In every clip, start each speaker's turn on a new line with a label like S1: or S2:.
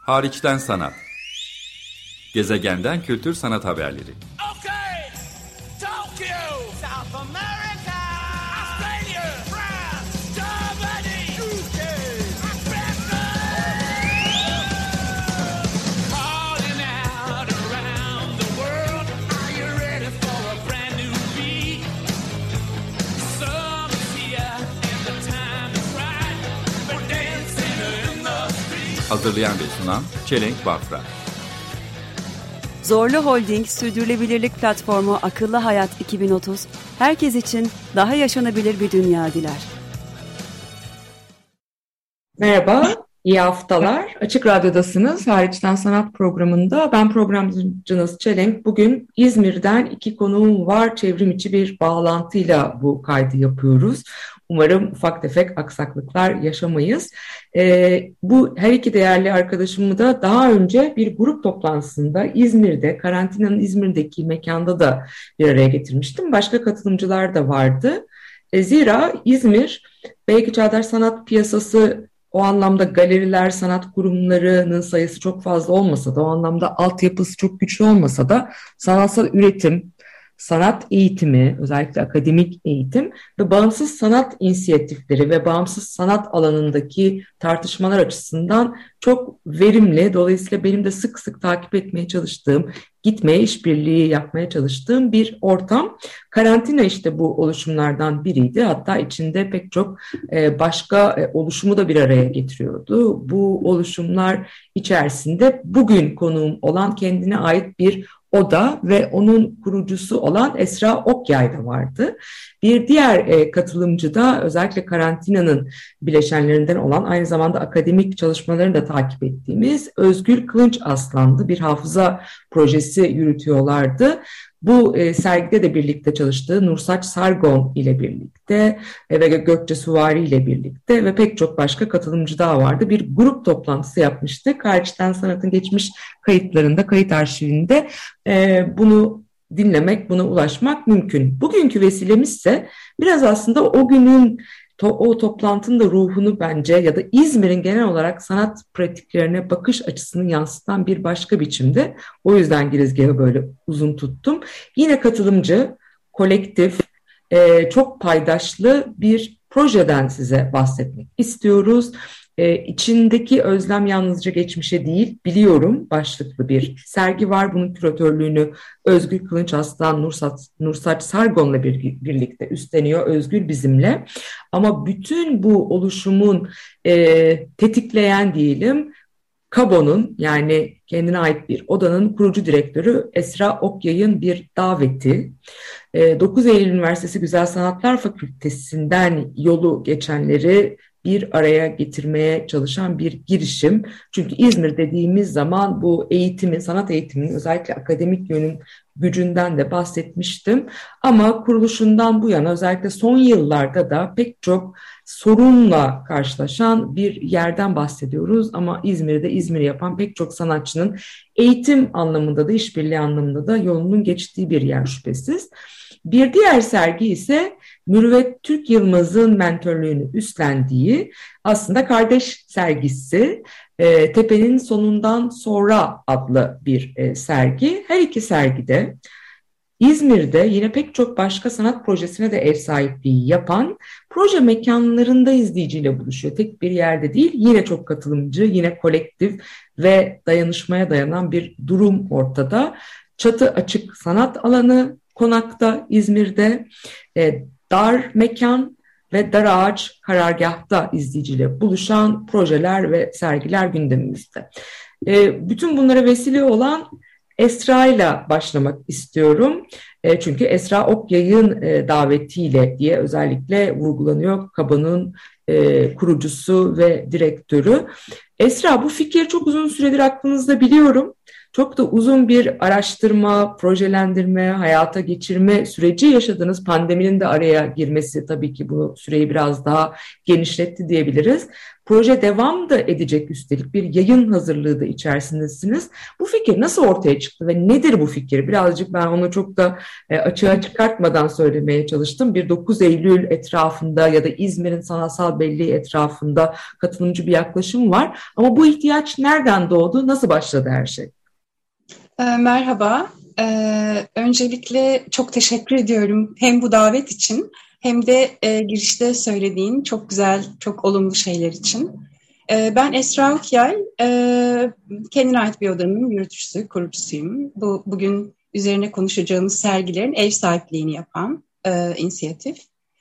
S1: Hariçten sanat. Gezegenden kültür sanat haberleri.
S2: Okay, Tokyo, South America, Australia, France, Germany, UK, Africa. Calling out around the world, are you ready for a brand new beat? Summer's here and the time is right for dancing in the street.
S1: Hazırlayan ve sunan Çelenk Bafra.
S3: Zorlu Holding Sürdürülebilirlik Platformu Akıllı Hayat 2030, herkes için daha yaşanabilir bir dünya diler.
S4: Merhaba, iyi haftalar. Açık Radyo'dasınız. Hariçten Sanat programında ben programcınız Çelenk. Bugün İzmir'den iki konuğum var. Çevrim içi bir bağlantıyla bu kaydı yapıyoruz. Umarım ufak tefek aksaklıklar yaşamayız. Bu her iki değerli arkadaşımı da daha önce bir grup toplantısında İzmir'de, karantinanın İzmir'deki mekanda da bir araya getirmiştim. Başka katılımcılar da vardı. Zira İzmir, belki çağdaş sanat piyasası o anlamda galeriler, sanat kurumlarının sayısı çok fazla olmasa da, o anlamda altyapısı çok güçlü olmasa da sanatsal üretim, sanat eğitimi, özellikle akademik eğitim ve bağımsız sanat inisiyatifleri ve bağımsız sanat alanındaki tartışmalar açısından çok verimli. Dolayısıyla benim de sık sık takip etmeye çalıştığım, gitmeye, işbirliği yapmaya çalıştığım bir ortam. Karantina işte bu oluşumlardan biriydi. Hatta içinde pek çok başka oluşumu da bir araya getiriyordu. Bu oluşumlar içerisinde bugün konuğum olan kendine ait bir oda ve onun kurucusu olan Esra Okyay da vardı. Bir diğer katılımcı da özellikle karantinanın bileşenlerinden olan, aynı zamanda akademik çalışmalarını da takip ettiğimiz Özgül Kılınç Aslan'dı. Bir hafıza projesi yürütüyorlardı. Bu sergide de birlikte çalıştığı Nursaç Sargon ile birlikte ve Gökçe Suvari ile birlikte ve pek çok başka katılımcı daha vardı. Bir grup toplantısı yapmıştık. Hariçten Sanat'ın geçmiş kayıtlarında, kayıt arşivinde bunu dinlemek, buna ulaşmak mümkün. Bugünkü vesilemiz ise biraz aslında o günün, o toplantının da ruhunu bence ya da İzmir'in genel olarak sanat pratiklerine bakış açısını yansıtan bir başka biçimde. O yüzden girizgahı böyle uzun tuttum. Yine katılımcı, kolektif, çok paydaşlı bir projeden size bahsetmek istiyoruz. İçindeki özlem yalnızca geçmişe değil, biliyorum başlıklı bir sergi var. Bunun küratörlüğünü Özgül Kılınç Aslan, Nursaç Sargon'la birlikte üstleniyor. Özgül bizimle. Ama bütün bu oluşumun tetikleyen diyelim, KABO'nun, yani kendine ait bir odanın kurucu direktörü Esra Okyay'ın bir daveti. 9 Eylül Üniversitesi Güzel Sanatlar Fakültesinden yolu geçenleri bir araya getirmeye çalışan bir girişim. Çünkü İzmir dediğimiz zaman bu eğitimin, sanat eğitiminin özellikle akademik yönün gücünden de bahsetmiştim. Ama kuruluşundan bu yana özellikle son yıllarda da pek çok sorunla karşılaşan bir yerden bahsediyoruz. Ama İzmir'de İzmir'i yapan pek çok sanatçının eğitim anlamında da, işbirliği anlamında da yolunun geçtiği bir yer şüphesiz. Bir diğer sergi ise Mürüvvet Türk Yılmaz'ın mentörlüğünü üstlendiği aslında kardeş sergisi, Tepenin Sonundan Sonra adlı bir sergi. Her iki sergide İzmir'de yine pek çok başka sanat projesine de ev sahipliği yapan proje mekanlarında izleyiciyle buluşuyor. Tek bir yerde değil, yine çok katılımcı, yine kolektif ve dayanışmaya dayanan bir durum ortada. Çatı açık sanat alanı Konak'ta, İzmir'de, dar mekan ve dar ağaç karargahta izleyiciyle buluşan projeler ve sergiler gündemimizde. Bütün bunlara vesile olan Esra'yla başlamak istiyorum. Çünkü Esra Okyay'ın davetiyle diye özellikle vurgulanıyor. KABO'nun kurucusu ve direktörü. Esra, bu fikir çok uzun süredir aklınızda, biliyorum. Çok da uzun bir araştırma, projelendirme, hayata geçirme süreci yaşadınız. Pandeminin de araya girmesi tabii ki bu süreyi biraz daha genişletti diyebiliriz. Proje devam da edecek, üstelik bir yayın hazırlığı da içerisindesiniz. Bu fikir nasıl ortaya çıktı ve nedir bu fikir? Birazcık ben onu çok da açığa çıkartmadan söylemeye çalıştım. Bir 9 Eylül etrafında ya da İzmir'in sanatsal belleği etrafında katılımcı bir yaklaşım var. Ama bu ihtiyaç nereden doğdu? Nasıl başladı her şey?
S5: Merhaba. Öncelikle çok teşekkür ediyorum hem bu davet için hem de girişte söylediğin çok güzel, çok olumlu şeyler için. Ben Esra Okyay, kendine ait bir odanın yürütücüsü, kurucusuyum. Bugün üzerine konuşacağımız sergilerin ev sahipliğini yapan inisiyatif.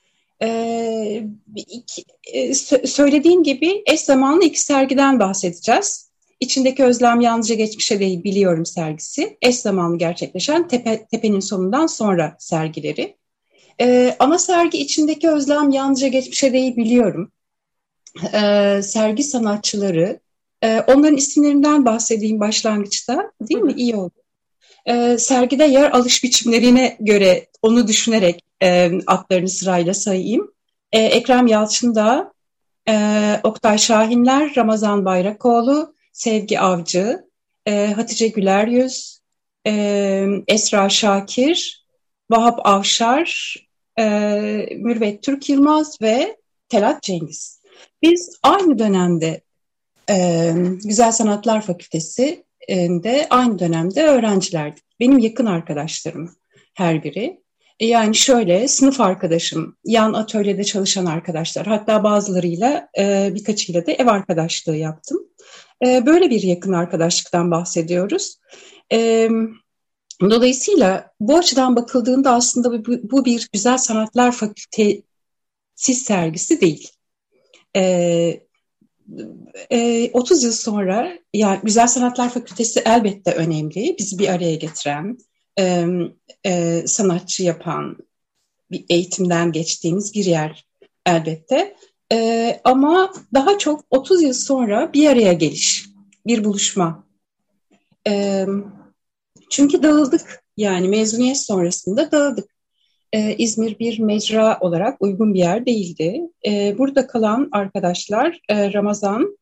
S5: Söylediğim gibi eş zamanlı 2 sergiden bahsedeceğiz. İçindeki özlem yalnızca geçmişe değil biliyorum sergisi. Eş zamanlı gerçekleşen Tepenin Sonundan Sonra sergileri. Ana sergi içindeki özlem yalnızca geçmişe değil biliyorum. Sergi sanatçıları, onların isimlerinden bahsedeyim başlangıçta, değil mi? İyi oldu. Sergide yer alış biçimlerine göre onu düşünerek adlarını sırayla sayayım. Ekrem Yalçındağ, Oktay Şahinler, Ramazan Bayrakoğlu, Sevgi Avcı, Hatice Güleryüz, Esra Şakir, Vahap Avşar, Mürvet Türk Yılmaz ve Telat Cengiz. Biz aynı dönemde Güzel Sanatlar Fakültesi'nde aynı dönemde öğrencilerdik. Benim yakın arkadaşlarım her biri. Yani şöyle sınıf arkadaşım, yan atölyede çalışan arkadaşlar, hatta bazılarıyla birkaçıyla da ev arkadaşlığı yaptım. Böyle bir yakın arkadaşlıktan bahsediyoruz. Dolayısıyla bu açıdan bakıldığında aslında bu bir Güzel Sanatlar Fakültesi sergisi değil. 30 yıl sonra yani Güzel Sanatlar Fakültesi elbette önemli, bizi bir araya getiren, sanatçı yapan, bir eğitimden geçtiğimiz bir yer elbette. Ama daha çok 30 yıl sonra bir araya geliş, bir buluşma. Çünkü dağıldık, yani mezuniyet sonrasında dağıldık. İzmir bir mecra olarak uygun bir yer değildi. Burada kalan arkadaşlar Ramazan,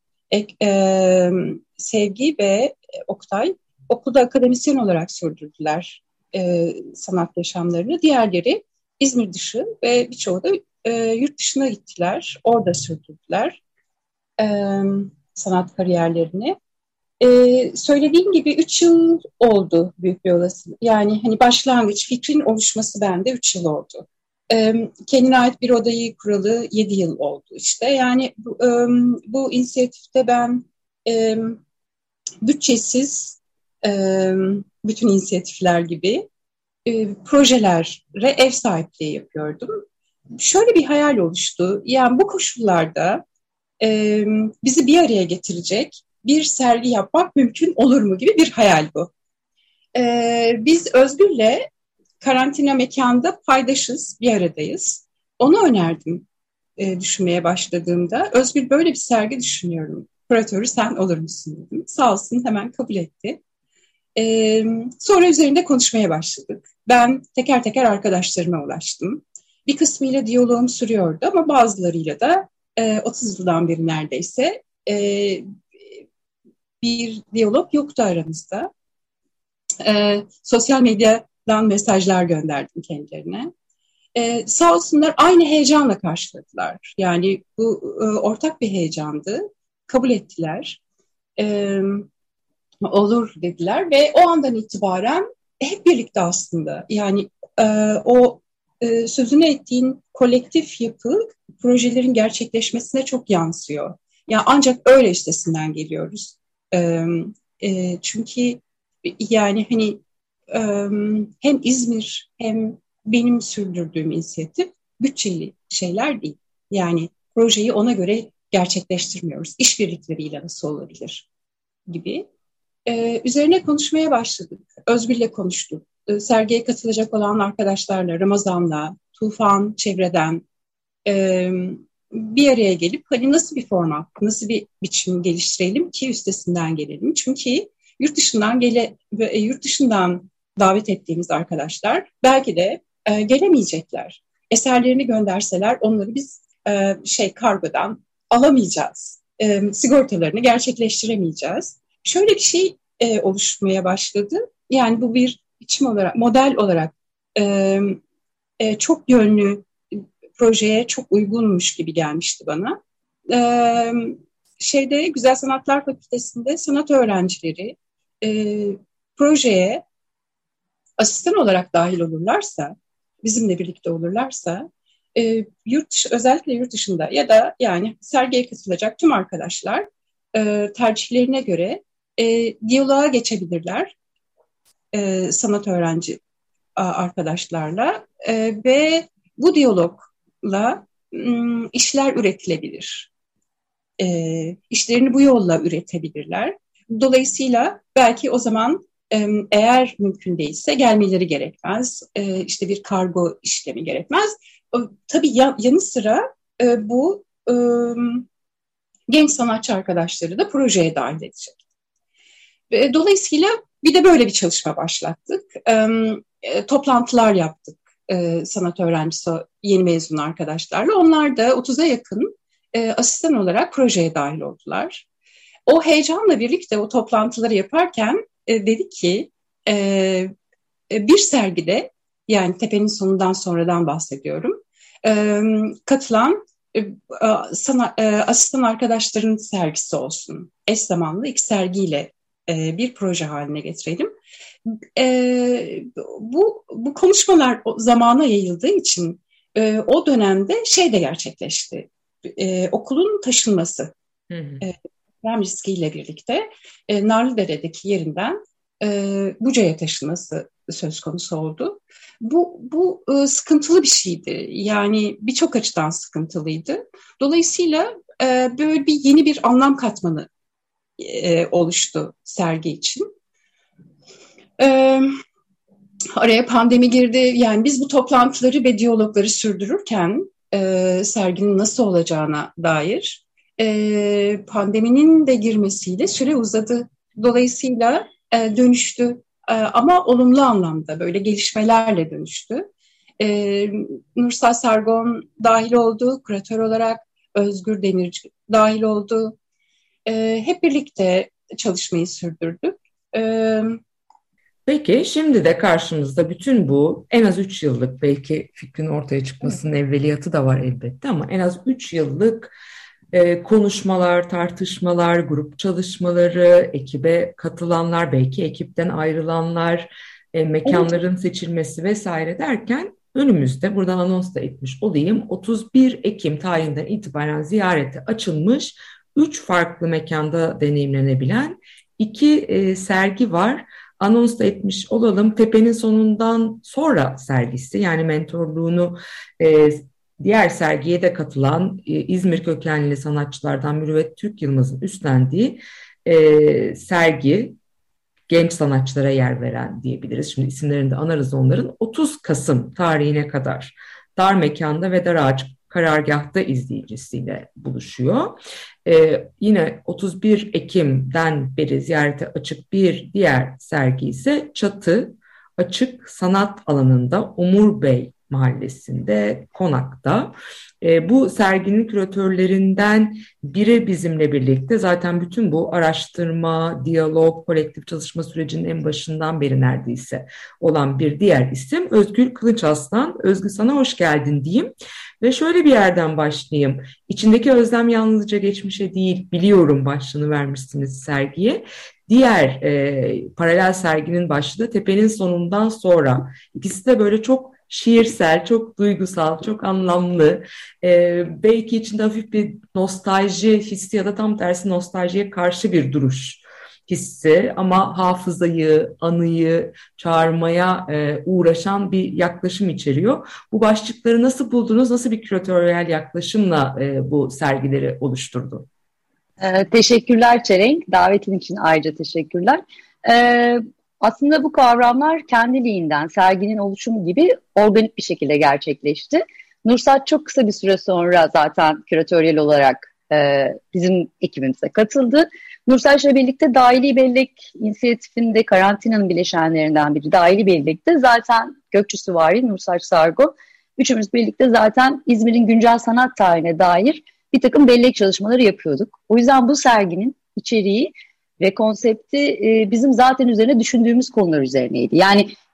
S5: Sevgi ve Oktay okulda akademisyen olarak sürdürdüler sanat yaşamlarını. Diğerleri İzmir dışı ve birçoğu da yurt dışına gittiler. Orada sürdürdüler sanat kariyerlerini. Söylediğim gibi 3 yıl oldu büyük bir olasılık. Yani hani başlangıç, fikrin oluşması bende 3 yıl oldu. Kendine ait bir odayı kuralı 7 yıl oldu işte. Yani bu inisiyatifte ben bütçesiz bütün inisiyatifler gibi projelere ev sahipliği yapıyordum. Şöyle bir hayal oluştu. Yani bu koşullarda bizi bir araya getirecek bir sergi yapmak mümkün olur mu gibi bir hayal bu. Biz Özgür'le karantina mekanda paydaşız, bir aradayız. Onu önerdim düşünmeye başladığımda. Özgür böyle bir sergi düşünüyorum. Kuratörü sen olur musun dedim. Sağ olsun hemen kabul etti. Sonra üzerinde konuşmaya başladık. Ben teker teker arkadaşlarıma ulaştım. Bir kısmıyla diyaloğum sürüyordu ama bazılarıyla da 30 yıldan beri neredeyse bir diyalog yoktu aramızda. Sosyal medyadan mesajlar gönderdim kendilerine. Sağ olsunlar aynı heyecanla karşıladılar. Yani bu ortak bir heyecandı. Kabul ettiler. Olur dediler ve o andan itibaren hep birlikte aslında yani o sözünü ettiğin kolektif yapı projelerin gerçekleşmesine çok yansıyor. Yani ancak öyle üstesinden geliyoruz. Çünkü yani hani hem İzmir hem benim sürdürdüğüm inisiyatif bütçeli şeyler değil. Yani projeyi ona göre gerçekleştirmiyoruz. İşbirlikleriyle nasıl olabilir gibi. Üzerine konuşmaya başladık. Özgür'le konuştuk. Sergiye katılacak olan arkadaşlarla, Ramazan'la, Tufan çevreden bir araya gelip hani nasıl bir format, nasıl bir biçim geliştirelim ki üstesinden gelelim. Çünkü yurt dışından davet ettiğimiz arkadaşlar belki de gelemeyecekler. Eserlerini gönderseler onları biz kargodan alamayacağız. Sigortalarını gerçekleştiremeyeceğiz. Şöyle bir şey oluşmaya başladı. Yani bu bir biçim olarak, model olarak çok yönlü projeye çok uygunmuş gibi gelmişti bana. Güzel Sanatlar Fakültesi'nde sanat öğrencileri projeye asistan olarak dahil olurlarsa, bizimle birlikte olurlarsa, özellikle yurt dışında ya da yani sergiye katılacak tüm arkadaşlar tercihlerine göre diyaloğa geçebilirler sanat öğrenci arkadaşlarla ve bu diyalogla işler üretilebilir. İşlerini bu yolla üretebilirler. Dolayısıyla belki o zaman eğer mümkün değilse gelmeleri gerekmez. İşte bir kargo işlemi gerekmez. Tabii yanı sıra bu genç sanatçı arkadaşları da projeye dahil edecek. Dolayısıyla bir de böyle bir çalışma başlattık. Toplantılar yaptık sanat öğrencisi yeni mezun arkadaşlarla. Onlar da 30'a yakın asistan olarak projeye dahil oldular. O heyecanla birlikte o toplantıları yaparken dedik ki bir sergide, yani Tepenin Sonundan Sonradan bahsediyorum, katılan asistan arkadaşların sergisi olsun. Eş zamanlı iki sergiyle bir proje haline getirelim. Bu konuşmalar zamana yayıldığı için o dönemde de gerçekleşti. Okulun taşınması. Deprem riskiyle birlikte Narlıdere'deki yerinden Buca'ya taşınması söz konusu oldu. Bu sıkıntılı bir şeydi. Yani birçok açıdan sıkıntılıydı. Dolayısıyla böyle yeni bir anlam katmanı oluştu sergi için. Araya pandemi girdi. Yani biz bu toplantıları ve diyalogları sürdürürken serginin nasıl olacağına dair pandeminin de girmesiyle süre uzadı. Dolayısıyla dönüştü. Ama olumlu anlamda böyle gelişmelerle dönüştü. Nursel Sargon dahil oldu, kuratör olarak Özgür Demirci dahil oldu. Hep birlikte çalışmayı sürdürdük.
S4: Peki şimdi de karşımızda bütün bu en az 3 yıllık, belki fikrin ortaya çıkmasının evveliyatı da var elbette, ama en az 3 yıllık konuşmalar, tartışmalar, grup çalışmaları, ekibe katılanlar, belki ekipten ayrılanlar, mekanların seçilmesi vesaire derken önümüzde, buradan anons da etmiş olayım, 31 Ekim tarihinden itibaren ziyarete açılmış 3 farklı mekanda deneyimlenebilen 2 sergi var. Anons da etmiş olalım. Tepenin Sonundan Sonra sergisi, yani mentorluğunu diğer sergiye de katılan İzmir kökenli sanatçılardan Mürüvvet Türk Yılmaz'ın üstlendiği sergi, genç sanatçılara yer veren diyebiliriz. Şimdi isimlerini de anarız onların. 30 Kasım tarihine kadar dar mekanda ve dar ağaç karargahta izleyicisiyle buluşuyor. Yine 31 Ekim'den beri ziyarete açık bir diğer sergi ise Çatı Açık Sanat Alanı'nda Umur Bey Mahallesi'nde, Konak'ta. Bu serginin küratörlerinden biri bizimle birlikte. Zaten bütün bu araştırma, diyalog, kolektif çalışma sürecinin en başından beri neredeyse olan bir diğer isim Özgür Kılıçaslan. Özgür, sana hoş geldin diyeyim. Ve şöyle bir yerden başlayayım. İçindeki özlem yalnızca geçmişe değil, biliyorum başlığını vermişsiniz sergiye. Diğer paralel serginin başlığı Tepenin Sonundan Sonra. İkisi de böyle çok şiirsel, çok duygusal, çok anlamlı. Belki içinde hafif bir nostalji hissi ya da tam tersi nostaljiye karşı bir duruş hissi, ama hafızayı, anıyı çağırmaya uğraşan bir yaklaşım içeriyor. Bu başlıkları nasıl buldunuz? Nasıl bir küratöryel yaklaşımla bu sergileri oluşturdu?
S6: Teşekkürler Çelenk. Davetin için ayrıca teşekkürler. Aslında bu kavramlar kendiliğinden serginin oluşumu gibi organik bir şekilde gerçekleşti. Nursel çok kısa bir süre sonra zaten küratöryel olarak bizim ekibimize katıldı. Nursel'le birlikte Dahili Bellek inisiyatifinde karantinanın bileşenlerinden biri Dahili Bellek'te zaten Gökçe Süvari, Nursel Sargo, üçümüz birlikte zaten İzmir'in güncel sanat tarihine dair bir takım bellek çalışmaları yapıyorduk. O yüzden bu serginin içeriği ve konsepti bizim zaten üzerine düşündüğümüz konular üzerineydi. Yani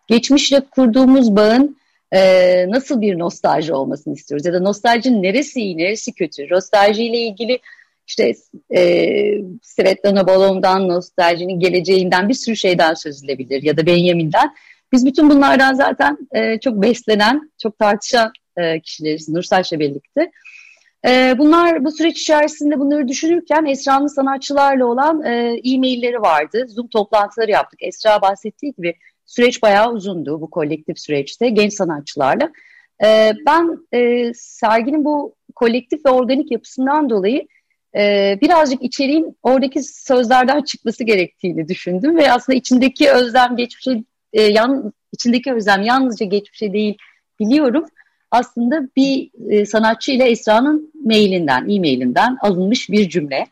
S6: geçmişle kurduğumuz bağın nasıl bir nostalji olmasını istiyoruz? Ya da nostaljinin neresi iyi, neresi kötü? Nostaljiyle ilgili işte Svetlana Balom'dan, nostaljinin geleceğinden bir sürü şeyden söz edilebilir ya da Benjamin'den. Biz bütün bunlardan zaten çok beslenen, çok tartışan kişileriz Nursel'le birlikte. Bunlar bu süreç içerisinde bunları düşünürken Esra'nın sanatçılarla olan e-mailleri vardı. Zoom toplantıları yaptık. Esra bahsettiği gibi süreç bayağı uzundu bu kolektif süreçte genç sanatçılarla. Ben serginin bu kolektif ve organik yapısından dolayı birazcık içeriğin oradaki sözlerden çıkması gerektiğini düşündüm ve aslında içindeki özlem geçmişe içindeki özlem yalnızca geçmişe değil biliyorum. Aslında bir sanatçı ile Esra'nın e-mailinden alınmış bir cümle.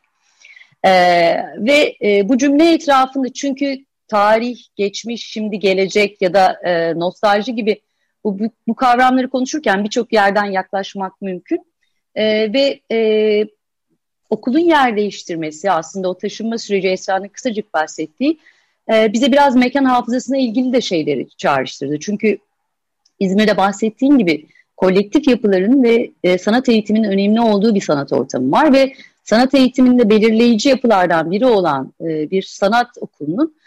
S6: Ve bu cümle etrafında çünkü tarih, geçmiş, şimdi gelecek ya da nostalji gibi bu kavramları konuşurken birçok yerden yaklaşmak mümkün. Ve okulun yer değiştirmesi aslında o taşınma süreci Esra'nın kısacık bahsettiği bize biraz mekan hafızasına ilgili de şeyleri çağrıştırdı. Çünkü İzmir'de bahsettiğim gibi kolektif yapıların ve sanat eğitiminin önemli olduğu bir sanat ortamı var ve sanat eğitiminde belirleyici yapılardan biri olan bir sanat okulunun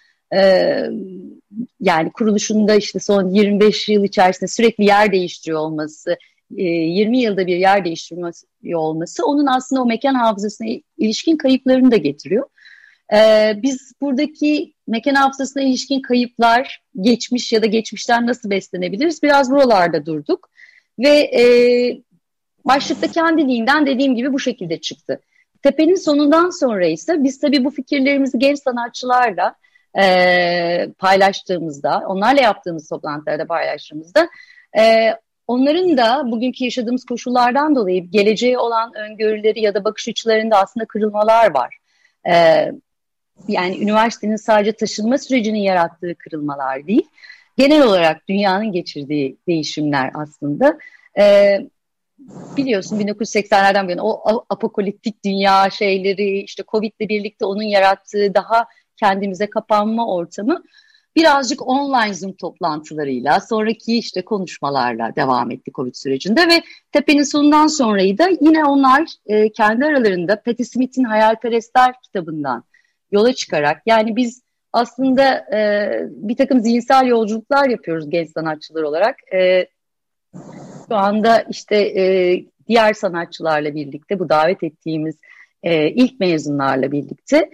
S6: yani kuruluşunda işte son 25 yıl içerisinde sürekli yer değiştiriyor olması, 20 yılda bir yer değiştiriyor olması onun aslında o mekan hafızasına ilişkin kayıplarını da getiriyor. Biz buradaki mekan hafızasına ilişkin kayıplar, geçmiş ya da geçmişten nasıl beslenebiliriz? Biraz buralarda durduk ve başlıkta kendiliğinden dediğim gibi bu şekilde çıktı. Tepenin sonundan sonra ise biz tabii bu fikirlerimizi genç sanatçılarla paylaştığımızda, onlarla yaptığımız toplantılarda paylaştığımızda onların da bugünkü yaşadığımız koşullardan dolayı geleceğe olan öngörüleri ya da bakış açılarında aslında kırılmalar var. Yani üniversitenin sadece taşınma sürecinin yarattığı kırılmalar değil, genel olarak dünyanın geçirdiği değişimler aslında. Biliyorsun 1980'lerden beri o apokaliptik dünya şeyleri, işte Covid'le birlikte onun yarattığı daha kendimize kapanma ortamı birazcık online Zoom toplantılarıyla, sonraki işte konuşmalarla devam etti Covid sürecinde ve Tepe'nin sonundan sonrayı da yine onlar kendi aralarında Patti Smith'in Hayalperestler kitabından yola çıkarak, yani biz aslında bir takım zihinsel yolculuklar yapıyoruz genç sanatçılar olarak. Şu anda işte diğer sanatçılarla birlikte, bu davet ettiğimiz ilk mezunlarla birlikte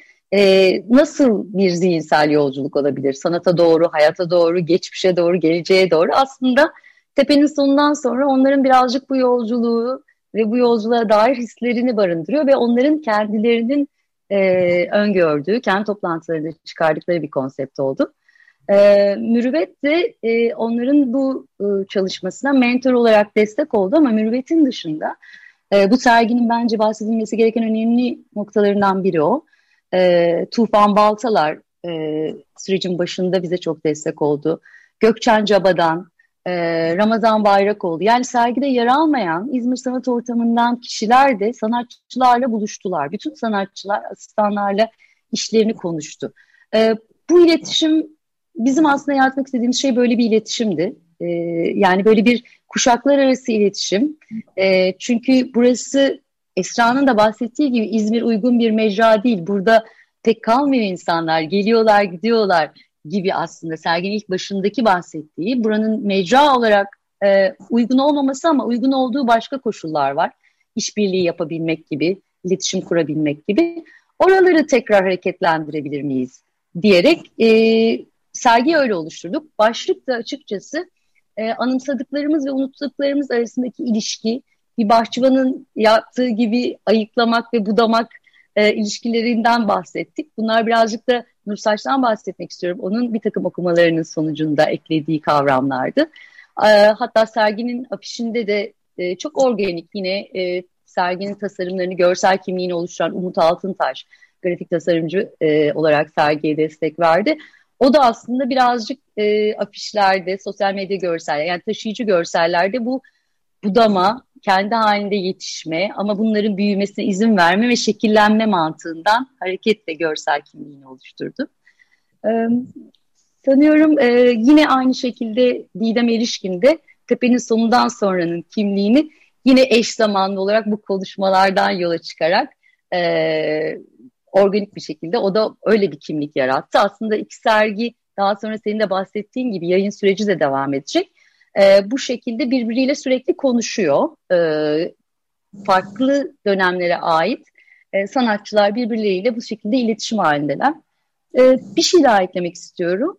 S6: nasıl bir zihinsel yolculuk olabilir? Sanata doğru, hayata doğru, geçmişe doğru, geleceğe doğru. Aslında Tepenin sonundan sonra onların birazcık bu yolculuğu ve bu yolculuğa dair hislerini barındırıyor ve onların kendilerinin öngördüğü, kendi toplantılarında çıkardıkları bir konsept oldu. Mürüvvet de onların bu çalışmasına mentor olarak destek oldu ama Mürüvvet'in dışında bu serginin bence bahsedilmesi gereken önemli noktalarından biri o. Tufan Baltalar sürecin başında bize çok destek oldu. Gökçen Caba'dan, Ramazan Bayrakoğlu, yani sergide yer almayan İzmir Sanat Ortamı'ndan kişiler de sanatçılarla buluştular. Bütün sanatçılar asistanlarla işlerini konuştu. Bu iletişim bizim aslında yaratmak istediğimiz şey böyle bir iletişimdi. Yani böyle bir kuşaklar arası iletişim. Çünkü burası Esra'nın da bahsettiği gibi İzmir uygun bir mecra değil. Burada pek kalmıyor insanlar, geliyorlar gidiyorlar gibi aslında serginin ilk başındaki bahsettiği buranın mecra olarak uygun olmaması ama uygun olduğu başka koşullar var. İşbirliği yapabilmek gibi, iletişim kurabilmek gibi. Oraları tekrar hareketlendirebilir miyiz diyerek sergiyi öyle oluşturduk. Başlık da açıkçası anımsadıklarımız ve unuttuklarımız arasındaki ilişki, bir bahçıvanın yaptığı gibi ayıklamak ve budamak ilişkilerinden bahsettik. Bunlar birazcık da Nursaç'tan bahsetmek istiyorum. Onun bir takım okumalarının sonucunda eklediği kavramlardı. Hatta serginin afişinde de çok organik yine serginin tasarımlarını, görsel kimliğini oluşturan Umut Altıntaş, grafik tasarımcı olarak sergiye destek verdi. O da aslında birazcık afişlerde, sosyal medya görseller, yani taşıyıcı görsellerde bu budama, kendi halinde yetişme ama bunların büyümesine izin verme ve şekillenme mantığından hareketle görsel kimliğini oluşturdu. Sanıyorum yine aynı şekilde Didem Erişkin de Tepenin Sonundan Sonra'nın kimliğini yine eş zamanlı olarak bu konuşmalardan yola çıkarak organik bir şekilde o da öyle bir kimlik yarattı. Aslında iki sergi daha sonra senin de bahsettiğin gibi yayın süreci de devam edecek. Bu şekilde birbiriyle sürekli konuşuyor. Farklı dönemlere ait sanatçılar birbirleriyle bu şekilde iletişim halindeler. Bir şey daha eklemek istiyorum.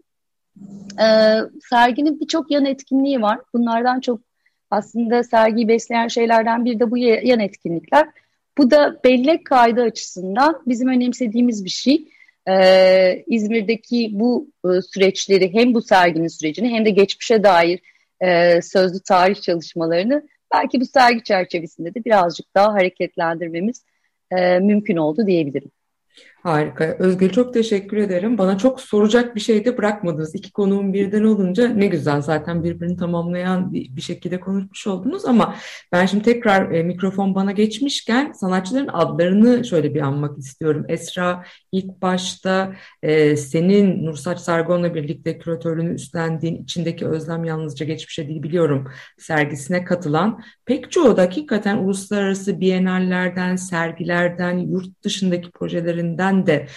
S6: Serginin birçok yan etkinliği var. Bunlardan çok aslında sergiyi besleyen şeylerden biri de bu yan etkinlikler. Bu da bellek kaydı açısından bizim önemsediğimiz bir şey. İzmir'deki bu süreçleri hem bu serginin sürecini hem de geçmişe dair sözlü tarih çalışmalarını belki bu sergi çerçevesinde de birazcık daha hareketlendirmemiz mümkün oldu diyebilirim.
S4: Harika. Özgür, çok teşekkür ederim. Bana çok soracak bir şey de bırakmadınız. İki konuğum birden olunca ne güzel. Zaten birbirini tamamlayan bir şekilde konuşmuş oldunuz ama ben şimdi tekrar mikrofon bana geçmişken sanatçıların adlarını şöyle bir anmak istiyorum. Esra, ilk başta senin Nursaç Sargon'la birlikte küratörlüğünü üstlendiğin içindeki Özlem Yalnızca Geçmişe Değil Biliyorum sergisine katılan pek çoğu da hakikaten uluslararası bienallerden, sergilerden, yurt dışındaki projelerinden de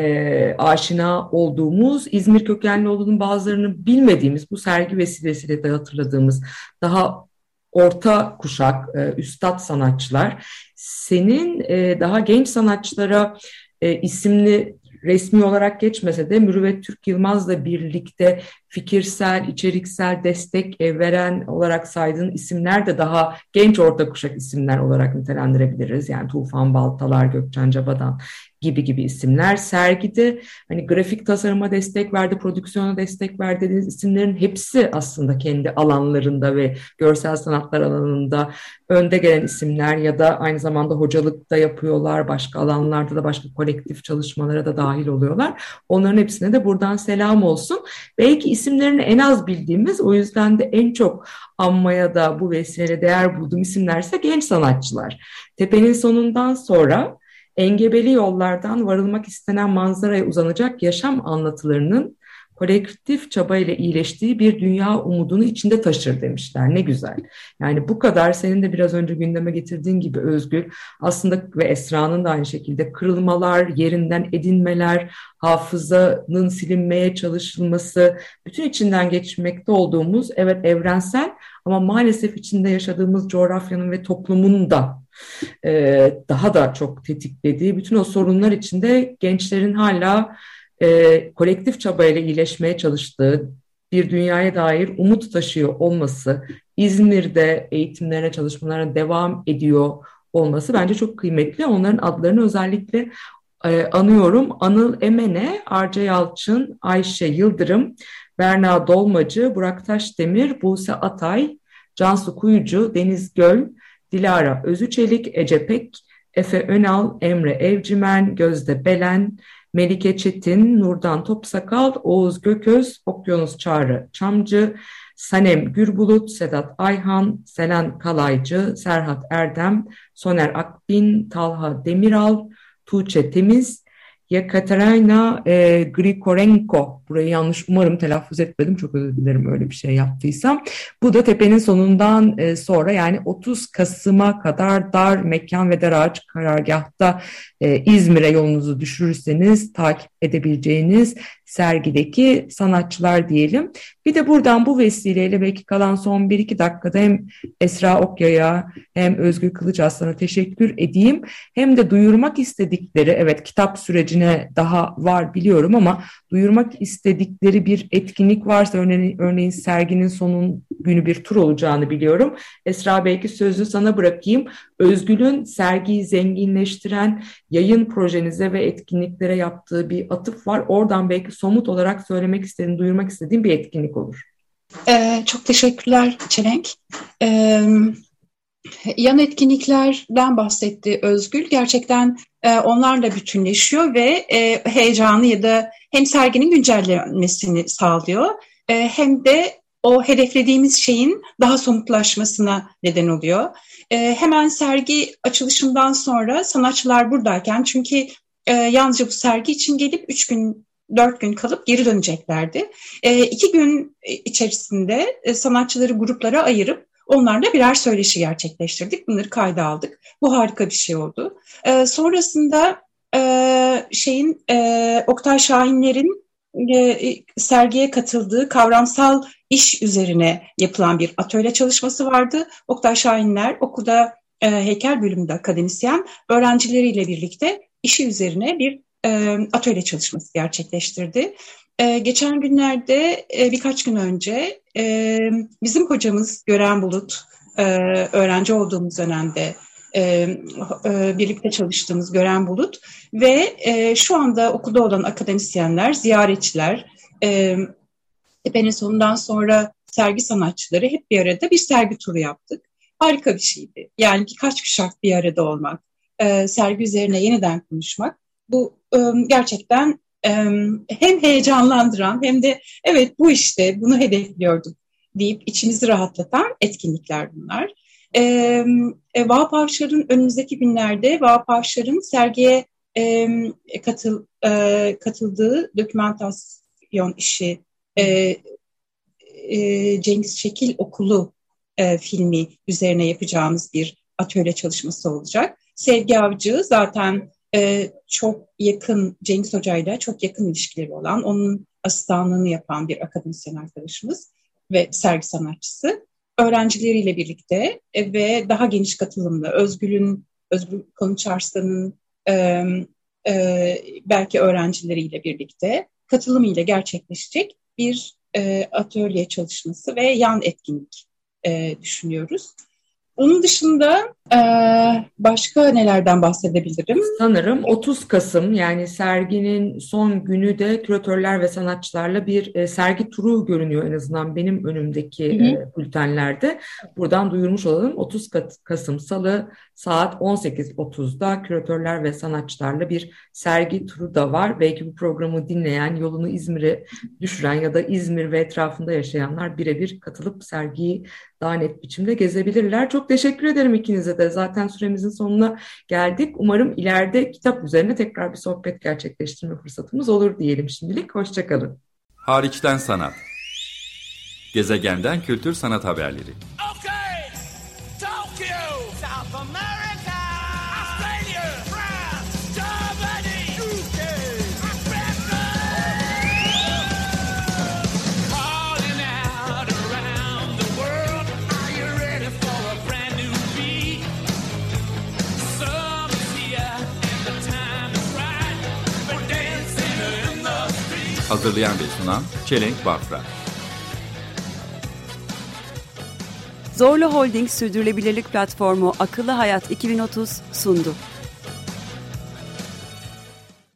S4: aşina olduğumuz, İzmir kökenli olduğunun bazılarını bilmediğimiz, bu sergi vesilesiyle de hatırladığımız daha orta kuşak, üstad sanatçılar. Senin daha genç sanatçılara isimli resmi olarak geçmese de Mürüvvet Türk Yılmaz'la birlikte fikirsel, içeriksel destek veren olarak saydığın isimler de daha genç orta kuşak isimler olarak nitelendirebiliriz. Yani Tufan Baltalar, Gökçen Cabadan gibi isimler. Sergide hani grafik tasarıma destek verdi, prodüksiyona destek verdi dediğiniz isimlerin hepsi aslında kendi alanlarında ve görsel sanatlar alanında önde gelen isimler ya da aynı zamanda hocalık da yapıyorlar. Başka alanlarda da başka kolektif çalışmalara da dahil oluyorlar. Onların hepsine de buradan selam olsun. Belki isimlerini en az bildiğimiz, o yüzden de en çok anmaya da bu vesileyle değer bulduğum isimlerse genç sanatçılar. Tepenin Sonundan Sonra engebeli yollardan varılmak istenen manzaraya uzanacak yaşam anlatılarının kolektif çabayla iyileştiği bir dünya umudunu içinde taşır demişler. Ne güzel. Yani bu kadar senin de biraz önce gündeme getirdiğin gibi Özgür, aslında ve Esra'nın da aynı şekilde kırılmalar, yerinden edinmeler, hafızanın silinmeye çalışılması, bütün içinden geçmekte olduğumuz, evet evrensel ama maalesef içinde yaşadığımız coğrafyanın ve toplumun da daha da çok tetiklediği bütün o sorunlar içinde gençlerin hala kolektif çabayla iyileşmeye çalıştığı bir dünyaya dair umut taşıyor olması, İzmir'de eğitimlerine, çalışmalarına devam ediyor olması bence çok kıymetli. Onların adlarını özellikle anıyorum. Anıl Emene, Arca Yalçın, Ayşe Yıldırım, Berna Dolmacı, Burak Taşdemir, Buse Atay, Cansu Kuyucu, Deniz Göl, Dilara Özüçelik, Ece Pek, Efe Önal, Emre Evcimen, Gözde Belen, Melike Çetin, Nurdan Topsakal, Oğuz Gököz, Okyanus Çağrı Çamcı, Sanem Gürbulut, Sedat Ayhan, Selen Kalaycı, Serhat Erdem, Soner Akbin, Talha Demiral, Tuğçe Temiz, Yekaterina Grigorenko, burayı yanlış umarım telaffuz etmedim, çok özür dilerim öyle bir şey yaptıysam. Bu da Tepenin Sonundan sonra, yani 30 Kasım'a kadar dar mekan ve dar ağaç karargahta İzmir'e yolunuzu düşürürseniz takip edebileceğiniz sergideki sanatçılar diyelim. Bir de buradan bu vesileyle belki kalan son 1-2 dakikada hem Esra Okya'ya hem Özgür Kılıçarslan'a teşekkür edeyim. Hem de duyurmak istedikleri, evet kitap sürecine daha var biliyorum ama duyurmak istedikleri bir etkinlik varsa, örneğin serginin sonun günü bir tur olacağını biliyorum. Esra, belki sözü sana bırakayım. Özgür'ün sergiyi zenginleştiren yayın projenize ve etkinliklere yaptığı bir atıf var. Oradan belki somut olarak söylemek istediğim, duyurmak istediğim bir etkinlik olur.
S5: Çok teşekkürler Çelenk. Yan etkinliklerden bahsetti Özgül. Gerçekten onlarla bütünleşiyor ve heyecanı ya da hem serginin güncellenmesini sağlıyor hem de o hedeflediğimiz şeyin daha somutlaşmasına neden oluyor. Hemen sergi açılışından sonra sanatçılar buradayken, çünkü yalnızca bu sergi için gelip 3 gün 4 gün kalıp geri döneceklerdi. 2 gün içerisinde sanatçıları gruplara ayırıp onlarla birer söyleşi gerçekleştirdik. Bunları kayda aldık. Bu harika bir şey oldu. Sonrasında Oktay Şahinler'in sergiye katıldığı kavramsal iş üzerine yapılan bir atölye çalışması vardı. Oktay Şahinler okulda heykel bölümünde akademisyen, öğrencileriyle birlikte işi üzerine bir atölye çalışması gerçekleştirdi. Geçen günlerde, birkaç gün önce bizim hocamız Gören Bulut, öğrenci olduğumuz dönemde birlikte çalıştığımız Gören Bulut ve şu anda okulda olan akademisyenler, ziyaretçiler, tepenin sonundan sonra sergi sanatçıları hep bir arada bir sergi turu yaptık. Harika bir şeydi. Yani birkaç kuşak bir arada olmak, sergi üzerine yeniden konuşmak, bu gerçekten hem heyecanlandıran hem de evet bu işte bunu hedefliyorduk deyip içimizi rahatlatan etkinlikler bunlar. Vahap Avşar'ın önümüzdeki günlerde Vahap Avşar'ın sergiye katıldığı dokümantasyon işi Cengiz Şekil Okulu filmi üzerine yapacağımız bir atölye çalışması olacak. Sevgi Avcı zaten çok yakın, Cengiz Hoca'yla çok yakın ilişkileri olan, onun asistanlığını yapan bir akademisyen arkadaşımız ve sergi sanatçısı. Öğrencileriyle birlikte ve daha geniş katılımlı, Özgür Konuç Arslan'ın belki öğrencileriyle birlikte katılımıyla gerçekleşecek bir atölye çalışması ve yan etkinlik düşünüyoruz. Onun dışında başka nelerden bahsedebilirim?
S4: Sanırım 30 Kasım yani serginin son günü de küratörler ve sanatçılarla bir sergi turu görünüyor en azından benim önümdeki bültenlerde. Buradan duyurmuş olalım. 30 Kasım Salı saat 18.30'da küratörler ve sanatçılarla bir sergi turu da var. Belki bu programı dinleyen, yolunu İzmir'e düşüren ya da İzmir ve etrafında yaşayanlar birebir katılıp sergiyi daha net biçimde gezebilirler. Çok teşekkür ederim ikinize de. Zaten süremizin sonuna geldik. Umarım ileride kitap üzerine tekrar bir sohbet gerçekleştirme fırsatımız olur diyelim şimdilik. Hoşçakalın.
S1: Hariçten Sanat. Gezegenden Kültür Sanat Haberleri.
S2: Okay, Tokyo, South America, Australia, France, Germany, UK, Africa. Calling out around the world, are you ready for a brand new beat? Summer's here and the time is right. We're dancing in the street.
S1: Hazırlayan ve sunan Çelenk Bafra.
S3: Zorlu Holding Sürdürülebilirlik Platformu Akıllı Hayat 2030 sundu.